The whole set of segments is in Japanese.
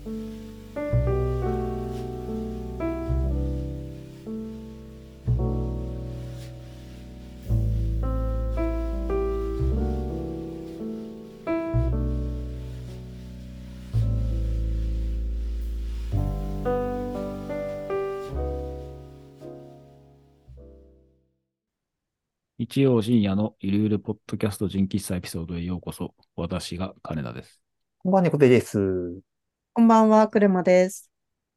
日曜深夜のゆるゆるポッドキャスト人喫茶エピソードへようこそ。私が金田です。 こんばんは、猫背です。 こんばんは、車です。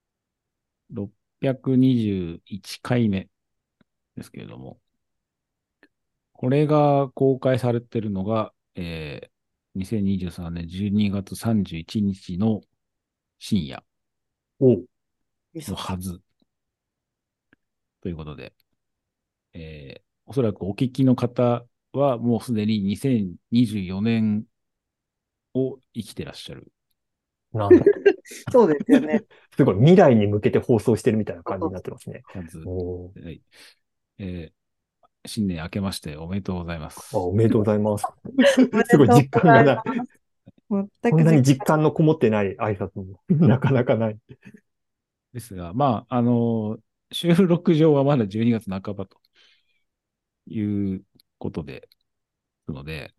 621回目ですけれども、これが公開されているのが、2023年12月31日の深夜おう。 のはずということで、おそらくお聞きの方はもうすでに2024年を生きてらっしゃるなんだ。 そうですよね。 すごい、未来に向けて放送してるみたいな感じになってますね。 はず。 おはい。え新年明けましておめでとうございまおす。 めでとうございます。 おめすごいでとうご実感がない。 ざいます。全こんなにく実感のこもってない挨拶もなかなかない。 ですが、収録上はまだ12月半ばということですので、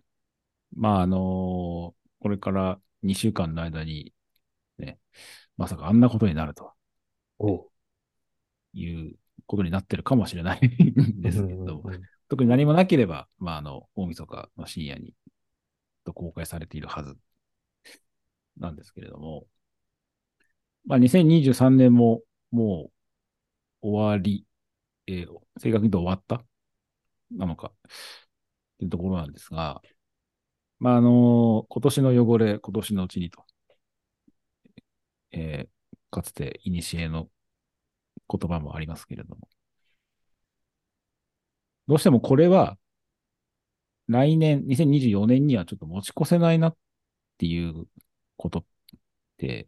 これから2週間の間にね、まさかあんなことになるとおう。 いうことになってるかもしれないんうんですけれども、 うんうん。 特に何もなければ、大晦日の深夜に公開されているはずなんですけれども、2023年ももう終わり、正確に言うと終わったなのかというところなんですが、今年の汚れ、今年のうちにと、かつて古の言葉もありますけれども、どうしてもこれは来年、2024年にはちょっと持ち越せないなっていうことって、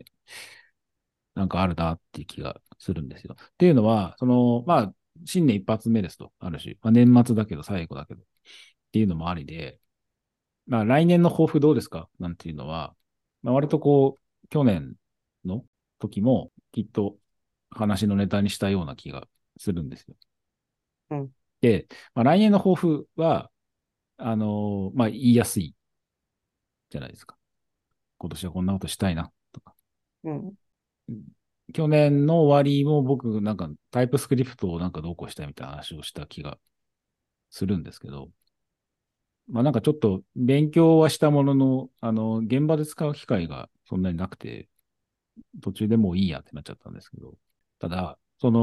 なんかあるなっていう気がするんですよ。っていうのは、新年一発目ですと、ある種、年末だけど最後だけど、っていうのもありで、来年の抱負どうですかなんていうのは、割と去年の時もきっと話のネタにしたような気がするんですよ。 うん。 で、来年の抱負は、言いやすいじゃないですか。今年はこんなことしたいなとか。 うん。 去年の終わりも僕なんかタイプスクリプトをなんかどうこうしたいみたいな話をした気がするんですけど、なんかちょっと勉強はしたものの、現場で使う機会がそんなになくて、途中でもういいやってなっちゃったんですけど、ただ、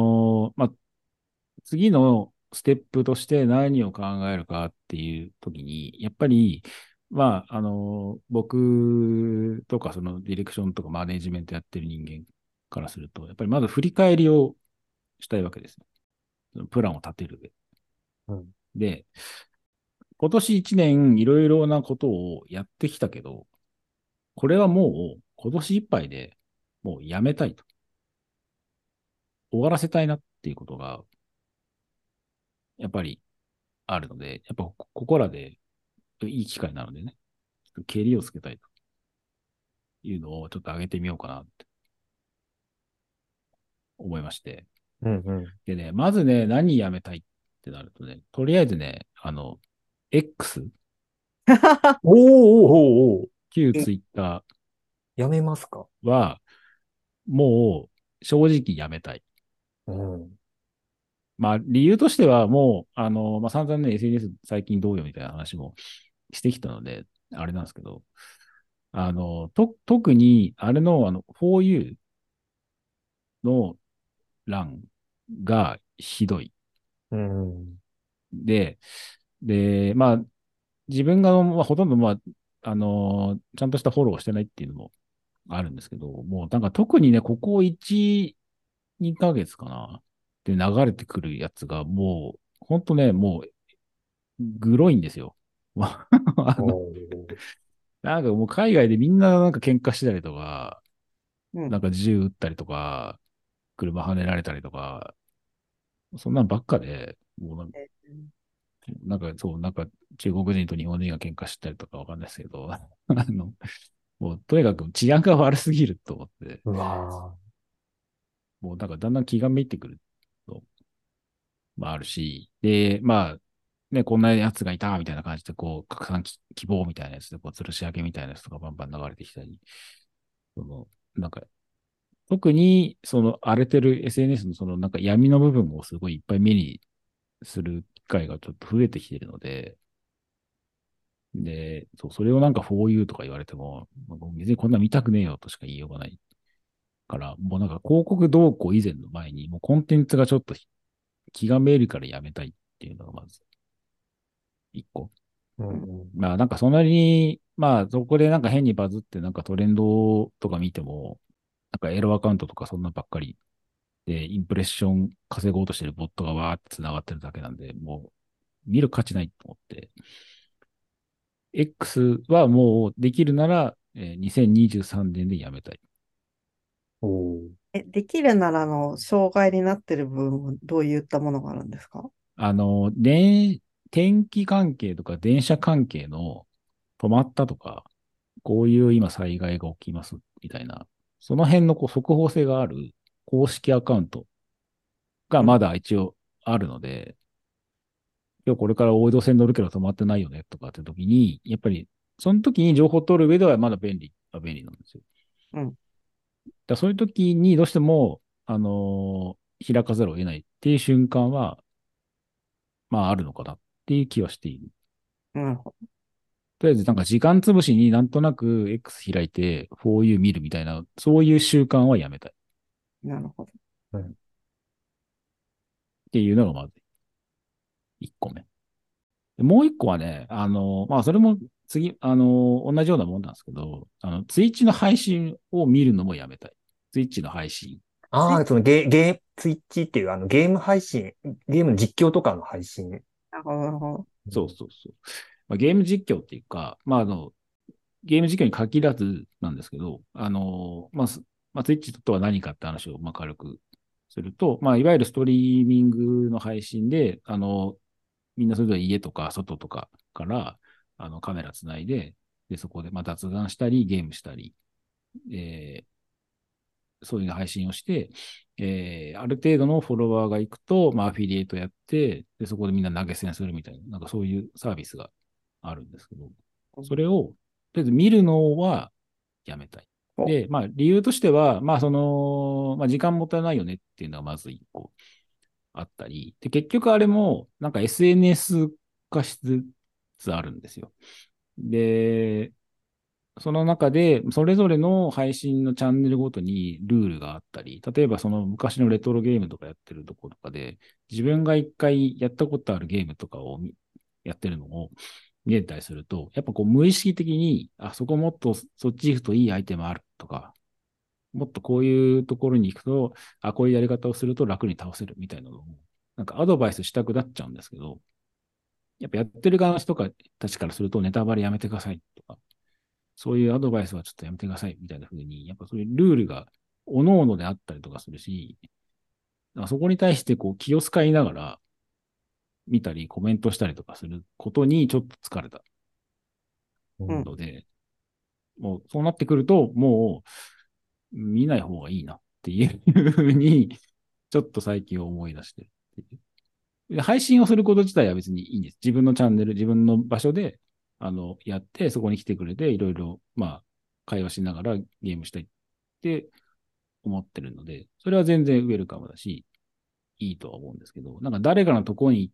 次のステップとして何を考えるかっていう時に、やっぱり、僕とかそのディレクションとかマネジメントやってる人間からすると、やっぱりまず振り返りをしたいわけですね。プランを立てるで。 うん。 で、今年1年いろいろなことをやってきたけど、これはもう今年いっぱいでもうやめたいと。終わらせたいなっていうことが、やっぱりあるので、やっぱここらでいい機会なのでね、ちょっと蹴りをつけたいというのをちょっと上げてみようかなって思いまして。 うんうん。 でね、まずね、何やめたいってなるとね、とりあえずね、X、 おーおーおーおー。 旧ツイッタやめますか？ ーは、もう正直やめたい。 うん。 理由としてはもう、散々ね、SNS 最近どうよみたいな話もしてきたので、あれなんですけど、特に、あれの、For You の欄がひどい。 うん。 で、自分が、ほとんど、ちゃんとしたフォローをしてないっていうのもあるんですけど、もうなんか特にね、ここ1、2ヶ月かな。で流れてくるやつがもう、ほんとね、もう、グロいんですよ。あの、 おー。 なんかもう海外でみんななんか喧嘩してたりとか、 うん。 なんか銃撃ったりとか、車跳ねられたりとか、そんなんばっかで、もうなんかそう、なんか中国人と日本人が喧嘩したりとかわかんないですけど、 もうとにかく治安が悪すぎると思って、 うわもうだからだんだん気がめいってくると、まああるし、で、まあ、ね、こんなやつがいたみたいな感じで、こう、拡散希望みたいなやつで、こう、吊るし上げみたいなやつとかバンバン流れてきたり、その、なんか、特に、その、荒れてる SNS のその、なんか闇の部分をすごいいっぱい目にする機会がちょっと増えてきているので、で、そう、それをなんか for you とか言われても、もう別にこんな見たくねえよとしか言いようがないから、もうなんか広告動向以前の前に、もうコンテンツがちょっと気がめいるからやめたいっていうのがまず一個。 ー。ううん。 んうん。 まあなんかそんなに、まあそこでなんか変にバズってなんかトレンドとか見ても、なんかエロアカウントとかそんなばっかりで、インプレッション稼ごうとしてるボットがわーって繋がってるだけなんで、もう見る価値ないと思って、X はもうできるなら、2023年でやめたい。 おー。 できるなら障害になってる部分はどういったものがあるんですか？ あの、天気関係とか電車関係の止まったとか、こういう今災害が起きますみたいな、その辺のこう速報性がある公式アカウントがうん。 まだ一応あるので、今日これから大江戸線乗るけど止まってないよねとかって時に、やっぱりその時に情報を取る上ではまだ便利なんですよ。 うん。 だそういう時にどうしても、開かざるを得ないっていう瞬間は、まああるのかなっていう気はしている。 なるほとりあえずなんか時間潰しになんとなく X 開いて 4U 見るみたいな、そういう習慣はやめたいっど。なるほど。 うん。 ていうのがまず1個目。もう1個はね、まあそれも次、同じようなもんなんですけど、ツイッチの配信を見るのもやめたい。ツイッチの配信。 ツイッああ、ツイッチっていうゲーム配信、ゲームの実況とかの配信。 なるほど、なるほど。 そうそうそう。まあ、ゲーム実況っていうか、まあゲーム実況に限らずなんですけど、まあ、ツイッチとは何かって話を、まあ、軽くすると、まあ、いわゆるストリーミングの配信で、みんなそれぞれ家とか外とかから、カメラつないで、で、そこで、まあ、雑談したり、ゲームしたり、えそういう配信をして、ある程度のフォロワーがいくと、まあ、アフィリエイトやって、で、そこでみんな投げ銭するみたいな、なんかそういうサービスがあるんですけど、それを、とりあえず見るのはやめたい。 お、 で、まあ、理由としては、まあ、まあ、時間もったいないよねっていうのがまず一個あったり、で、結局あれも、なんか SNS 化しつつあるんですよ。で、その中で、それぞれの配信のチャンネルごとにルールがあったり、例えばその昔のレトロゲームとかやってるところとかで、自分が一回やったことあるゲームとかをやってるのを見れたりすると、やっぱこう無意識的に、あ、そこもっとそっち行くといいアイテムあるとか、もっとこういうところに行くと、あ、こういうやり方をすると楽に倒せるみたいなのを、なんかアドバイスしたくなっちゃうんですけど、やっぱやってる側の人たちからするとネタバレやめてくださいとか、そういうアドバイスはちょっとやめてくださいみたいな風に、やっぱそういうルールが各々であったりとかするし、そこに対してこう気を使いながら見たりコメントしたりとかすることにちょっと疲れたうん。 ので、もうそうなってくると、もう見ない方がいいなっていう風に、ちょっと最近思い出してる。配信をすること自体は別にいいんです。自分のチャンネル、自分の場所で、やって、そこに来てくれて、いろいろ、まあ、会話しながらゲームしたいって思ってるので、それは全然ウェルカムだし、いいとは思うんですけど、なんか誰かのところに行って、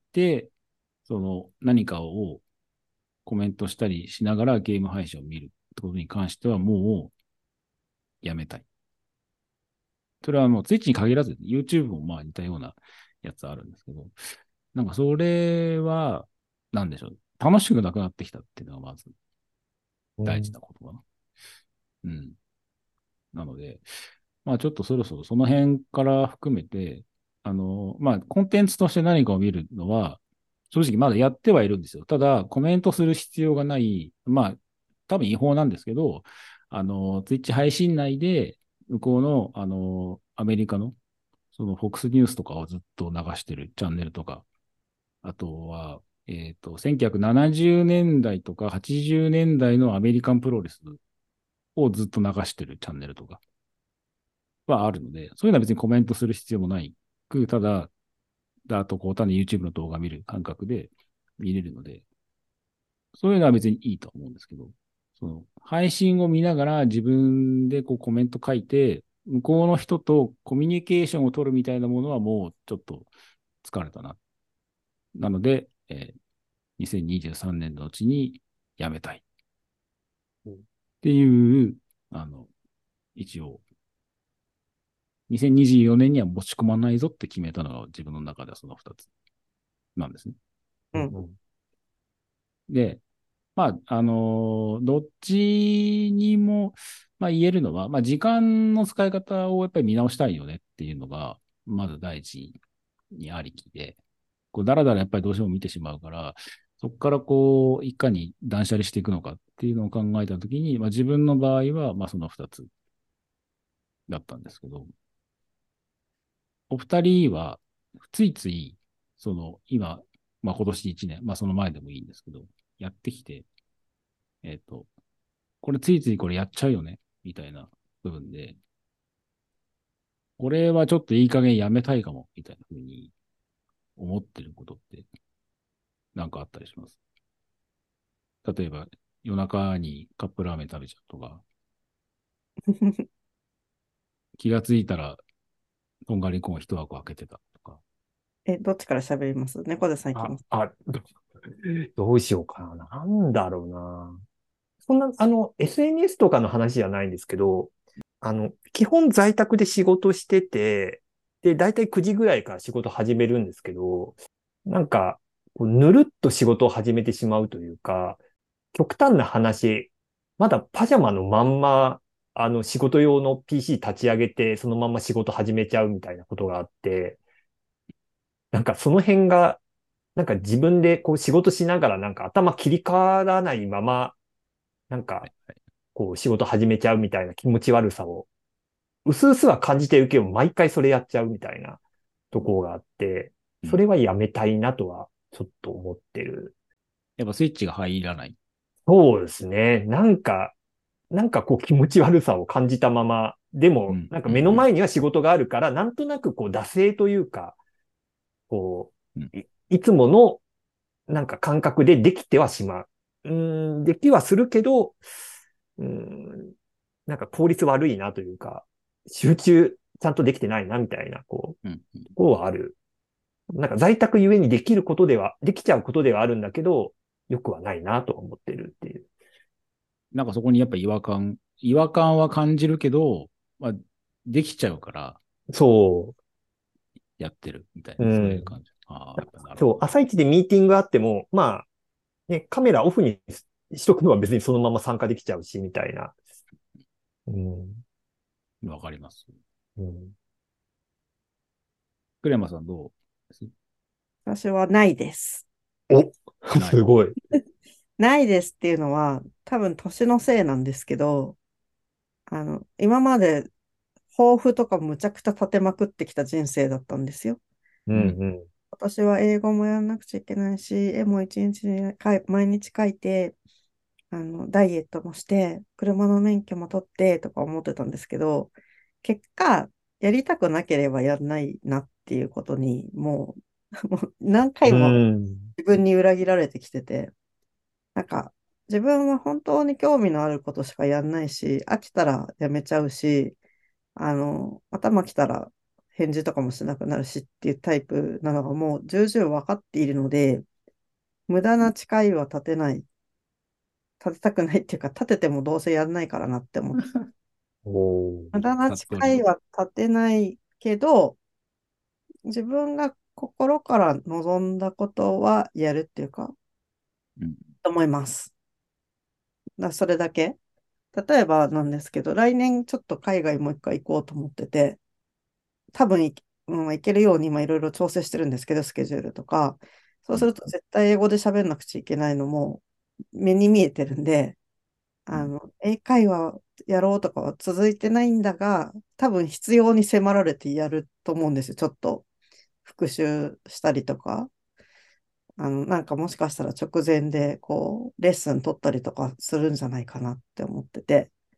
その何かをコメントしたりしながらゲーム配信を見るってことに関してはもうやめたい。それはもう Twitch に限らず、YouTube もまあ似たようなやつあるんですけど、なんかそれは、なんでしょう。楽しくなくなってきたっていうのがまず大事うん。 なことかな。うん。なので、まあちょっとそろそろその辺から含めて、まあコンテンツとして何かを見るのは、正直まだやってはいるんですよ。ただ、コメントする必要がない、まあ多分違法なんですけど、ツイッチ配信内で、向こうの、アメリカの、その FOX ニュースとかをずっと流してるチャンネルとか、あとは、1970年代とか80年代のアメリカンプロレスをずっと流してるチャンネルとかはあるので、そういうのは別にコメントする必要もないく、ただ、あとこう単に YouTube の動画見る感覚で見れるので、そういうのは別にいいと思うんですけど、その配信を見ながら自分でこうコメント書いて、向こうの人とコミュニケーションを取るみたいなものはもうちょっと疲れたな。なので、2023年のうちにやめたいっていう、一応、2024年には持ち込まないぞって決めたのが自分の中ではその2つなんですね。で、まあ、どっちにも、まあ、言えるのは、まあ、時間の使い方をやっぱり見直したいよねっていうのが、まず第一にありきで、こう、だらだらやっぱりどうしても見てしまうから、そこからこう、いかに断捨離していくのかっていうのを考えたときに、まあ、自分の場合は、まあ、その2つだったんですけど、お二人は、ついつい、今、まあ、今年1年、まあ、その前でもいいんですけど、やってきて、えっと、これついついこれやっちゃうよね、みたいな部分で、これはちょっといい加減やめたいかも、みたいな風に思ってることってなんかあったりします？例えば、夜中にカップラーメン食べちゃうとか、気がついたら、とんがりコーン一箱開けてたとか。 どっちから喋ります？猫背さん行きます。 どうしようかな。なんだろうな。そんな、SNS とかの話じゃないんですけど、基本在宅で仕事してて、で、だいたい9時ぐらいから仕事始めるんですけど、なんか、こうぬるっと仕事を始めてしまうというか、極端な話、まだパジャマのまんま、仕事用の PC 立ち上げて、そのまま仕事始めちゃうみたいなことがあって、なんかその辺が、なんか自分でこう仕事しながらなんか頭切り替わらないまま、なんかこう仕事始めちゃうみたいな気持ち悪さを、うすうすは感じてるけど、毎回それやっちゃうみたいなところがあって、 うん。 それはやめたいなとはちょっと思ってる。 やっぱスイッチが入らない。 そうですね。なんかこう気持ち悪さを感じたまま、でも、 うん、 なんかうん、 目の前には仕事があるから、なんとなくこう惰性というか、こうん。 いつものなんか感覚でできてはしまう。できはするけど、なんか効率悪いなというか、集中ちゃんとできてないなみたいな、 うん。 ところはある。なんか在宅ゆえにできることでは、できちゃうことではあるんだけど、よくはないなと思ってるっていう。 なんかそこにやっぱ違和感は感じるけど、まあ、できちゃうからそやってるみたいう。 な、そういう感じ。ああ、やっぱなるほそう、朝一でミーティングあっても、まあ、ね、カメラオフにしとくのは別にそのまま参加できちゃうし、みたいな。うん。 ど。わかります。 うん。 クレマさんどうです私はないです。 お、 ない。 すごい。 ないですっていうのは、多分年のせいなんですけど、今まで抱負とかむちゃくちゃ立てまくってきた人生だったんですよ。 ううん。 ん私は英語もやらなくちゃいけないし、絵も一日に毎日描いて、ダイエットもして、車の免許も取ってとか思ってたんですけど、結果、やりたくなければやらないなっていうことに、もう何回うもん。 自分に裏切られてきてて、なんか、自分は本当に興味のあることしかやんないし、飽きたらやめちゃうし、頭きたら返事とかもしなくなるしっていうタイプなのがもう重々分かっているので、無駄な誓いは立てたくないっていうか、立ててもどうせやんないからなって思って、 おー。 無駄な服部。 誓いは立てないけど、自分が心から望んだことはやるっていうか、 うん。 と思います。それだけ。例えばなんですけど、来年ちょっと海外もう一回行こうと思ってて、多分行けるように今いろいろ調整してるんですけど、スケジュールとか。そううん。 すると絶対英語で喋んなくちゃいけないのも目に見えてるんで、 うん。 英会話やろうとかは続いてないんだが、多分必要に迫られてやると思うんですよ。ちょっと復習したりとか。なんかもしかしたら直前でこうレッスン取ったりとかするんじゃないかなって思ってて。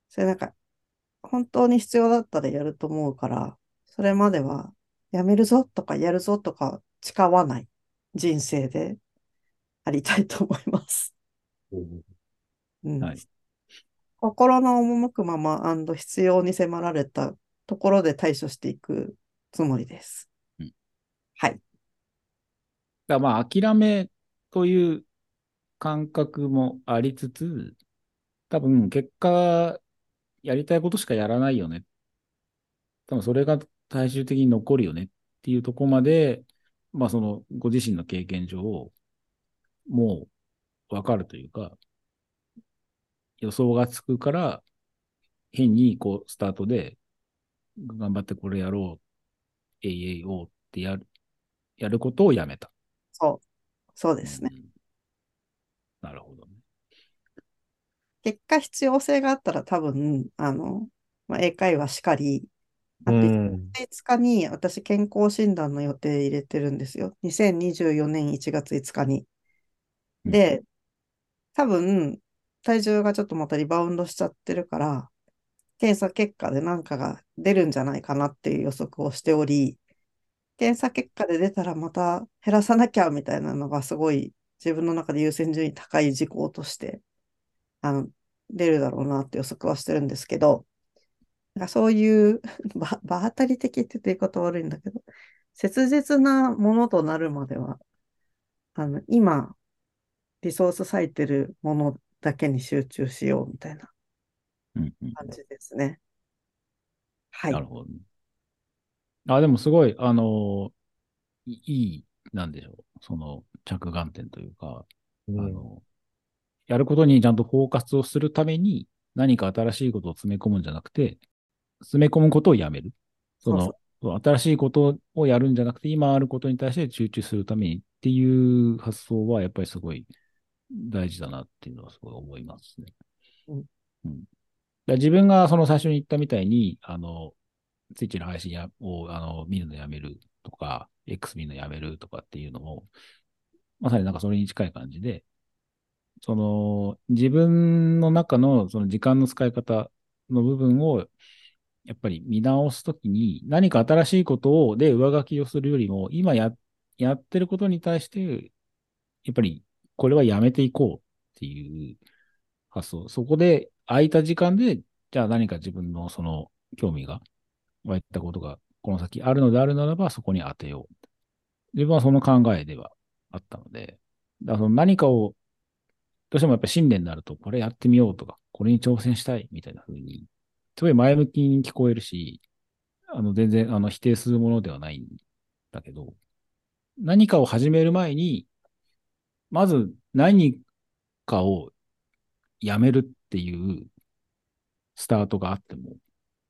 それなんか、本当に必要だったらやると思うから、それまでは、やめるぞとかやるぞとか誓わない人生でありたいと思います。うん。 はい。 心の赴くまま必要に迫られたところで対処していくつもりです。 うん。 はい。 まあ、諦めという感覚もありつつ、多分、結果、やりたいことしかやらないよね。多分、それが最終的に残るよねっていうところまで、まあ、その、ご自身の経験上、もうわかるというか、予想がつくから、変に、こう、スタートで、頑張ってこれやろう、AAO ってやることをやめた。 そう、そうでうすね。 ん、なるほどね。 結果必要性があったら多分、まあ、英会話しかり、 うあと1 ん。 月5日に私健康診断の予定入れてるんですよ。2024年1月5日に。 うん、 で、多分、体重がちょっとまたリバウンドしちゃってるから、検査結果で何かが出るんじゃないかなっていう予測をしており、検査結果で出たらまた減らさなきゃみたいなのがすごい自分の中で優先順位高い事項としてあの出るだろうなって予測はしてるんですけど、なんかそういう場当たり的って言うと言い方悪いんだけど、切実なものとなるまでは、今リソース割いてるものだけに集中しようみたいなうん、うん。 感じですね。はい。 なるほどね。でもすごい、いい、なんでしょう。その着眼点というか、 うん。 あの、やることにちゃんとフォーカスをするために何か新しいことを詰め込むんじゃなくて、詰め込むことをやめる。その、 そうそう。 新しいことをやるんじゃなくて、今あることに対して集中するためにっていう発想は、やっぱりすごい大事だなっていうのはすごい思いますね。 うん、 うん。自分がその最初に言ったみたいに、ツイッチの配信を見るのやめるとか、X 見るのやめるとかっていうのも、まさになんかそれに近い感じで、その自分の中のその時間の使い方の部分をやっぱり見直すときに何か新しいことで上書きをするよりも、今やってることに対して、やっぱりこれはやめていこうっていう発想。そこで空いた時間で、じゃあ何か自分のその興味が湧いたことがこの先あるのであるならば、そこに当てよう。自分はその考えではあったので、だからその何かを、どうしてもやっぱり信念になると、これやってみようとか、これに挑戦したいみたいな風に、すごい前向きに聞こえるし、全然否定するものではないんだけど、何かを始める前に、まず何かをやめるっていうスタートがあっても、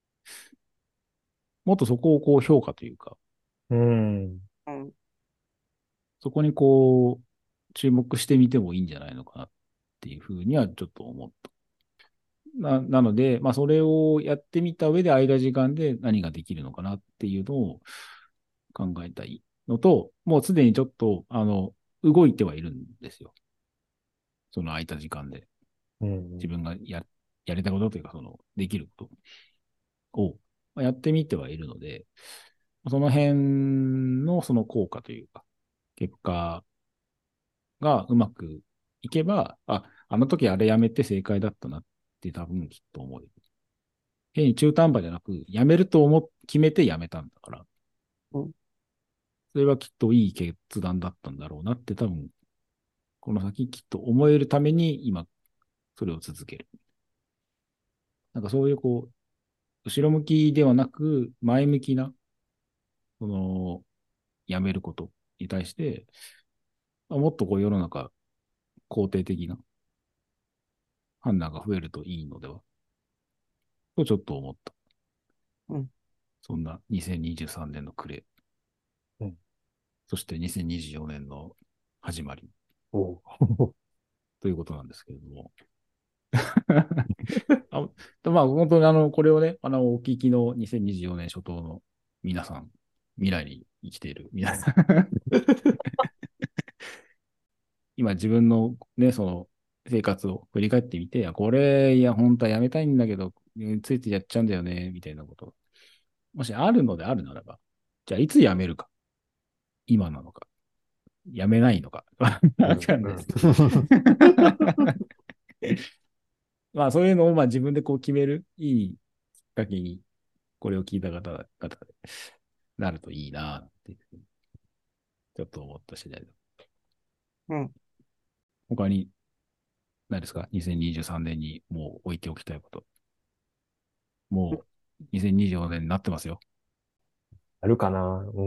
もっとそこをこう評価というか、 うん。 うん、 そこにこう、注目してみてもいいんじゃないのかなっていうふうにはちょっと思った。なので、まあ、それをやってみた上で、空いた時間で何ができるのかなっていうのを考えたいのと、もうすでにちょっと、動いてはいるんですよ。その空いた時間で。 うん。 自分がやりたいことというか、その、できることをやってみてはいるので、その辺のその効果というか、結果がうまくいけば、あの時あれやめて正解だったなって多分きっと思う。変に中途半端じゃなく、やめると決めてやめたんだから、 うん、 それはきっといい決断だったんだろうなって多分、この先きっと思えるために今、それを続ける。なんかそういうこう、後ろ向きではなく、前向きな、その、やめることに対して、もっとこう世の中肯定的な判断が増えるといいのではとちょっと思った。 うん。 そんな2023年の暮れ、 うん。 そして2024年の始まりおう。 ということなんですけれども。まあ、本当にこれをね、お聞きの2024年初頭の皆さん、未来に生きている皆さん、今自分のね、その生活を振り返ってみて、これ、いや、本当はやめたいんだけど、 ついてやっちゃうんだよね、みたいなこと。もしあるのであるならば、じゃあいつ辞めるか。今なのか。辞めないのか。わうんかんないですけど。まあそういうのをまあ自分でこう決めるいいきっかけに、これを聞いた方々でなるといいなっていうふうにちょっと思った次第だ。 うん。 他に何ですか？ 2023 年にもう置いておきたいこと。もう2024年になってますよ。 あるかな。うん。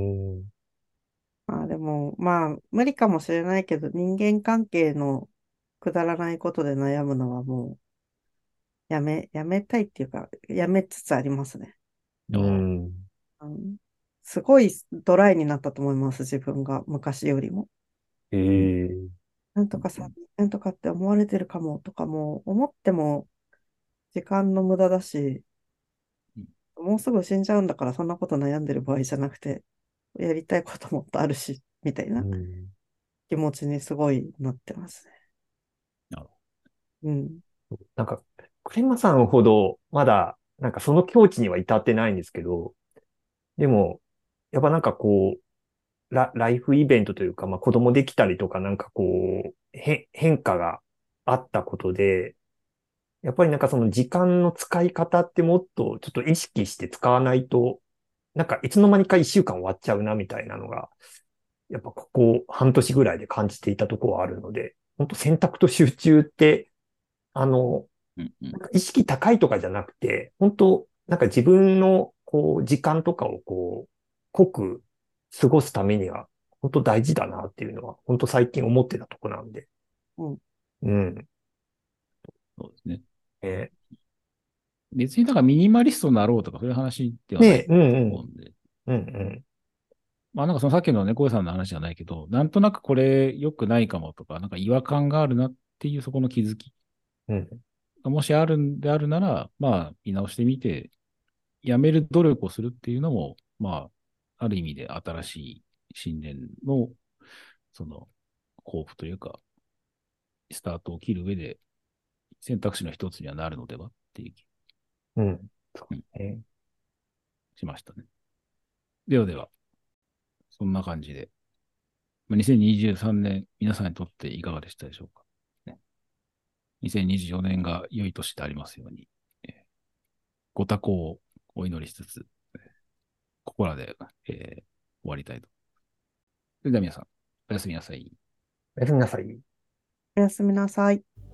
まあでも、まあ無理かもしれないけど、人間関係のくだらないことで悩むのはもうやめたいっていうか、やめつつありますね。 うあん。 うん、すごいドライになったと思います、自分が昔よりも。 ええ。 なんとかさ、なんとかって思われてるかもとかも、思っても時間の無駄だし、もうすぐ死んじゃうんだからそんなこと悩んでる場合じゃなくて、やりたいこともっとあるし、みたいなうん。 気持ちにすごいなってますね。 なるほうん。 なんか、クレマさんほど、まだ、なんかその境地には至ってないんですけど、でも、やっぱなんかこう、ライフイベントというか、まあ子供できたりとか、なんかこう、変化があったことで、やっぱりなんかその時間の使い方ってもっとちょっと意識して使わないと、なんかいつの間にか一週間終わっちゃうなみたいなのが、やっぱここ半年ぐらいで感じていたところはあるので、本当選択と集中って、 ど。うんうん。 なんか意識高いとかじゃなくて、本当なんか自分のこう時間とかをこう、濃く過ごすためには、本当大事だなっていうのは、本当最近思ってたとこなんで。 うん。 うん。 そうですね。 え別にだからミニマリストになろうとかそういう話ではなねえ、 いとうんうん、 思うんで。 うんうん。 まあなんかそのさっきの猫さんの話じゃないけど、なんとなくこれ良くないかもとか、なんか違和感があるなっていうそこの気づきうん。 がもしあるんであるなら、まあ見直してみて、やめる努力をするっていうのも、まあ、ある意味で新しい新年の、その、抱負というか、スタートを切る上で選択肢の一つにはなるのではっていう気うん。そうんうね。 しましたね。ではでは、そんな感じで、まあ2023年、皆さんにとっていかがでしたでしょうか。ね、2024年が良い年でありますように、ご多幸をお祈りしつつ、ここらで、終わりたいと。それでは皆さん、おやすみなさい。 おやすみなさい。 おやすみなさい。